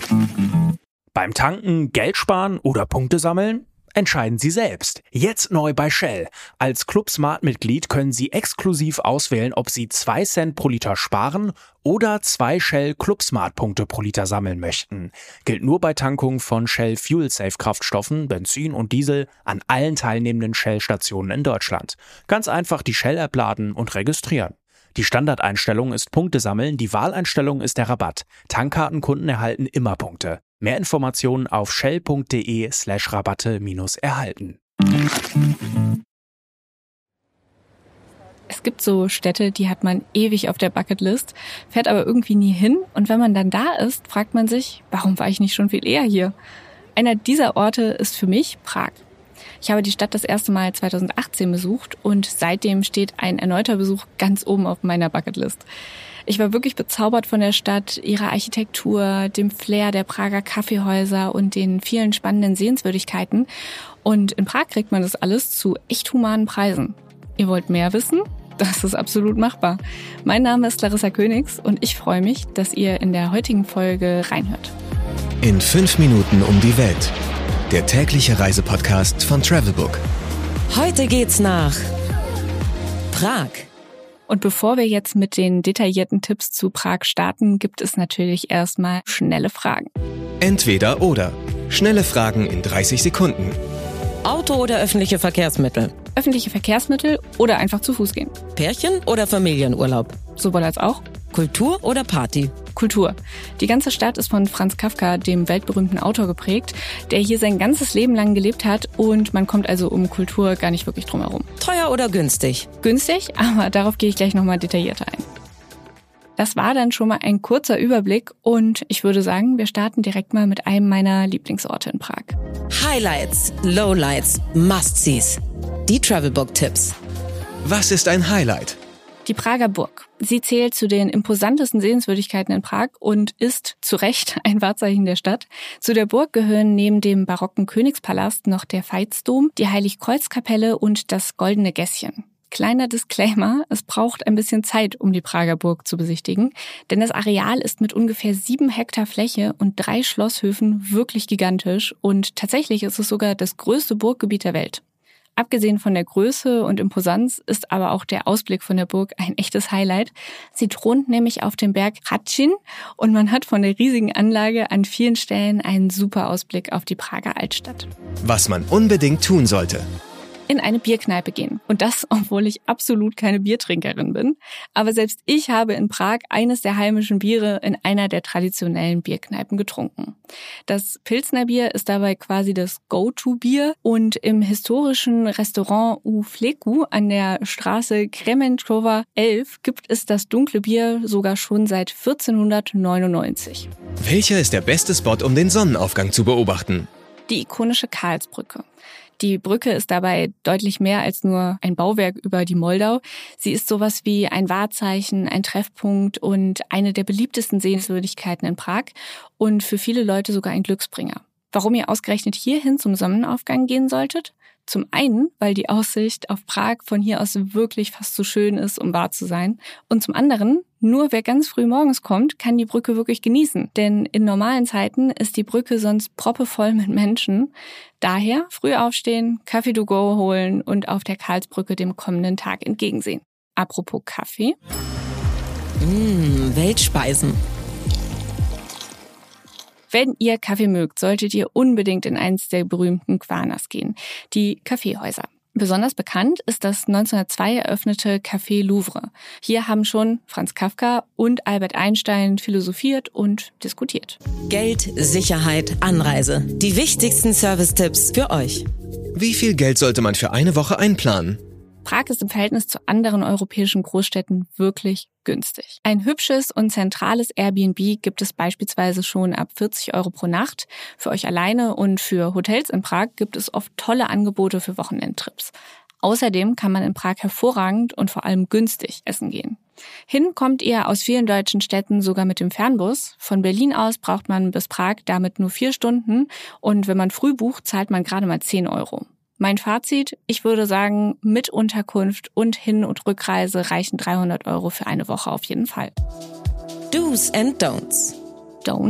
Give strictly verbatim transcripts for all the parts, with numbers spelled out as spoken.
Beim Tanken Geld sparen oder Punkte sammeln? Entscheiden Sie selbst. Jetzt neu bei Shell. Als Club Smart-Mitglied können Sie exklusiv auswählen, ob Sie zwei Cent pro Liter sparen oder zwei Shell Club Smart-Punkte pro Liter sammeln möchten. Gilt nur bei Tankungen von Shell Fuel Safe Kraftstoffen, Benzin und Diesel an allen teilnehmenden Shell-Stationen in Deutschland. Ganz einfach die Shell-App laden und registrieren. Die Standardeinstellung ist Punkte sammeln, die Wahleinstellung ist der Rabatt. Tankkartenkunden erhalten immer Punkte. Mehr Informationen auf shell.de slash Rabatte minus erhalten. Es gibt so Städte, die hat man ewig auf der Bucketlist, fährt aber irgendwie nie hin. Und wenn man dann da ist, fragt man sich, warum war ich nicht schon viel eher hier? Einer dieser Orte ist für mich Prag. Ich habe die Stadt das erste Mal zweitausendachtzehn besucht und seitdem steht ein erneuter Besuch ganz oben auf meiner Bucketlist. Ich war wirklich bezaubert von der Stadt, ihrer Architektur, dem Flair der Prager Kaffeehäuser und den vielen spannenden Sehenswürdigkeiten. Und in Prag kriegt man das alles zu echt humanen Preisen. Ihr wollt mehr wissen? Das ist absolut machbar. Mein Name ist Larissa Königs und ich freue mich, dass ihr in der heutigen Folge reinhört. In fünf Minuten um die Welt. Der tägliche Reisepodcast von Travelbook. Heute geht's nach Prag. Und bevor wir jetzt mit den detaillierten Tipps zu Prag starten, gibt es natürlich erstmal schnelle Fragen. Entweder oder. Schnelle Fragen in dreißig Sekunden. Auto oder öffentliche Verkehrsmittel? Öffentliche Verkehrsmittel oder einfach zu Fuß gehen? Pärchen oder Familienurlaub? Sowohl als auch. Kultur oder Party? Kultur. Die ganze Stadt ist von Franz Kafka, dem weltberühmten Autor, geprägt, der hier sein ganzes Leben lang gelebt hat und man kommt also um Kultur gar nicht wirklich drum herum. Teuer oder günstig? Günstig, aber darauf gehe ich gleich nochmal detaillierter ein. Das war dann schon mal ein kurzer Überblick und ich würde sagen, wir starten direkt mal mit einem meiner Lieblingsorte in Prag. Highlights, Lowlights, Must-Sees. Die Travelbook-Tipps. Was ist ein Highlight? Die Prager Burg. Sie zählt zu den imposantesten Sehenswürdigkeiten in Prag und ist zu Recht ein Wahrzeichen der Stadt. Zu der Burg gehören neben dem barocken Königspalast noch der Veitsdom, die Heiligkreuzkapelle und das Goldene Gässchen. Kleiner Disclaimer, es braucht ein bisschen Zeit, um die Prager Burg zu besichtigen, denn das Areal ist mit ungefähr sieben Hektar Fläche und drei Schlosshöfen wirklich gigantisch und tatsächlich ist es sogar das größte Burggebiet der Welt. Abgesehen von der Größe und Imposanz ist aber auch der Ausblick von der Burg ein echtes Highlight. Sie thront nämlich auf dem Berg Hradčin und man hat von der riesigen Anlage an vielen Stellen einen super Ausblick auf die Prager Altstadt. Was man unbedingt tun sollte. In eine Bierkneipe gehen. Und das, obwohl ich absolut keine Biertrinkerin bin. Aber selbst ich habe in Prag eines der heimischen Biere in einer der traditionellen Bierkneipen getrunken. Das Pilsner Bier ist dabei quasi das Go-To-Bier und im historischen Restaurant U Fleku an der Straße Kremenčova elf gibt es das dunkle Bier sogar schon seit vierzehnhundertneunundneunzig. Welcher ist der beste Spot, um den Sonnenaufgang zu beobachten? Die ikonische Karlsbrücke. Die Brücke ist dabei deutlich mehr als nur ein Bauwerk über die Moldau. Sie ist sowas wie ein Wahrzeichen, ein Treffpunkt und eine der beliebtesten Sehenswürdigkeiten in Prag und für viele Leute sogar ein Glücksbringer. Warum ihr ausgerechnet hierhin zum Sonnenaufgang gehen solltet? Zum einen, weil die Aussicht auf Prag von hier aus wirklich fast zu schön ist, um wahr zu sein. Und zum anderen, nur wer ganz früh morgens kommt, kann die Brücke wirklich genießen. Denn in normalen Zeiten ist die Brücke sonst proppevoll mit Menschen. Daher früh aufstehen, Kaffee to go holen und auf der Karlsbrücke dem kommenden Tag entgegensehen. Apropos Kaffee. Mmh, Weltspeisen. Wenn ihr Kaffee mögt, solltet ihr unbedingt in eins der berühmten Qvarnas gehen, die Kaffeehäuser. Besonders bekannt ist das neunzehnhundertzwei eröffnete Café Louvre. Hier haben schon Franz Kafka und Albert Einstein philosophiert und diskutiert. Geld, Sicherheit, Anreise. Die wichtigsten Service-Tipps für euch. Wie viel Geld sollte man für eine Woche einplanen? Prag ist im Verhältnis zu anderen europäischen Großstädten wirklich günstig. Ein hübsches und zentrales Airbnb gibt es beispielsweise schon ab vierzig Euro pro Nacht für euch alleine und für Hotels in Prag gibt es oft tolle Angebote für Wochenendtrips. Außerdem kann man in Prag hervorragend und vor allem günstig essen gehen. Hin kommt ihr aus vielen deutschen Städten sogar mit dem Fernbus. Von Berlin aus braucht man bis Prag damit nur vier Stunden und wenn man früh bucht, zahlt man gerade mal zehn Euro. Mein Fazit, ich würde sagen, mit Unterkunft und Hin- und Rückreise reichen dreihundert Euro für eine Woche auf jeden Fall. Do's and Don'ts. Don't.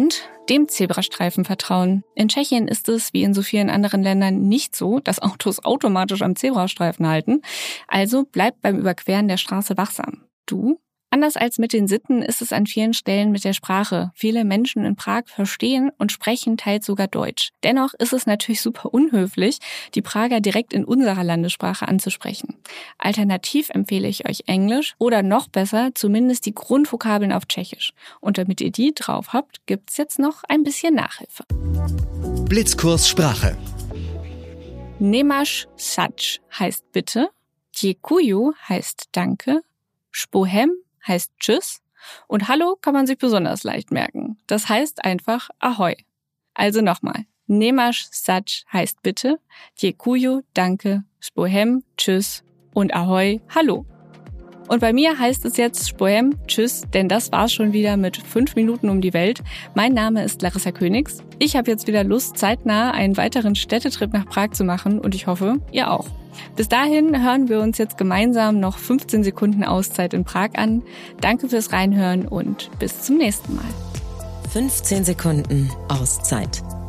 dem Zebrastreifen vertrauen. In Tschechien ist es, wie in so vielen anderen Ländern, nicht so, dass Autos automatisch am Zebrastreifen halten. Also bleibt beim Überqueren der Straße wachsam. Du? Anders als mit den Sitten ist es an vielen Stellen mit der Sprache. Viele Menschen in Prag verstehen und sprechen teils sogar Deutsch. Dennoch ist es natürlich super unhöflich, die Prager direkt in unserer Landessprache anzusprechen. Alternativ empfehle ich euch Englisch oder noch besser zumindest die Grundvokabeln auf Tschechisch. Und damit ihr die drauf habt, gibt's jetzt noch ein bisschen Nachhilfe. Blitzkurs Sprache. Nemaš sač heißt bitte, Děkuju heißt danke, Spohem heißt Tschüss und Hallo kann man sich besonders leicht merken. Das heißt einfach Ahoi. Also nochmal. Nemaš sač heißt bitte, Děkuju, danke, Spohem, Tschüss und Ahoi, Hallo. Und bei mir heißt es jetzt Spohem, Tschüss, denn das war's schon wieder mit fünf Minuten um die Welt. Mein Name ist Larissa Königs. Ich habe jetzt wieder Lust, zeitnah einen weiteren Städtetrip nach Prag zu machen und ich hoffe, ihr auch. Bis dahin hören wir uns jetzt gemeinsam noch fünfzehn Sekunden Auszeit in Prag an. Danke fürs Reinhören und bis zum nächsten Mal. fünfzehn Sekunden Auszeit.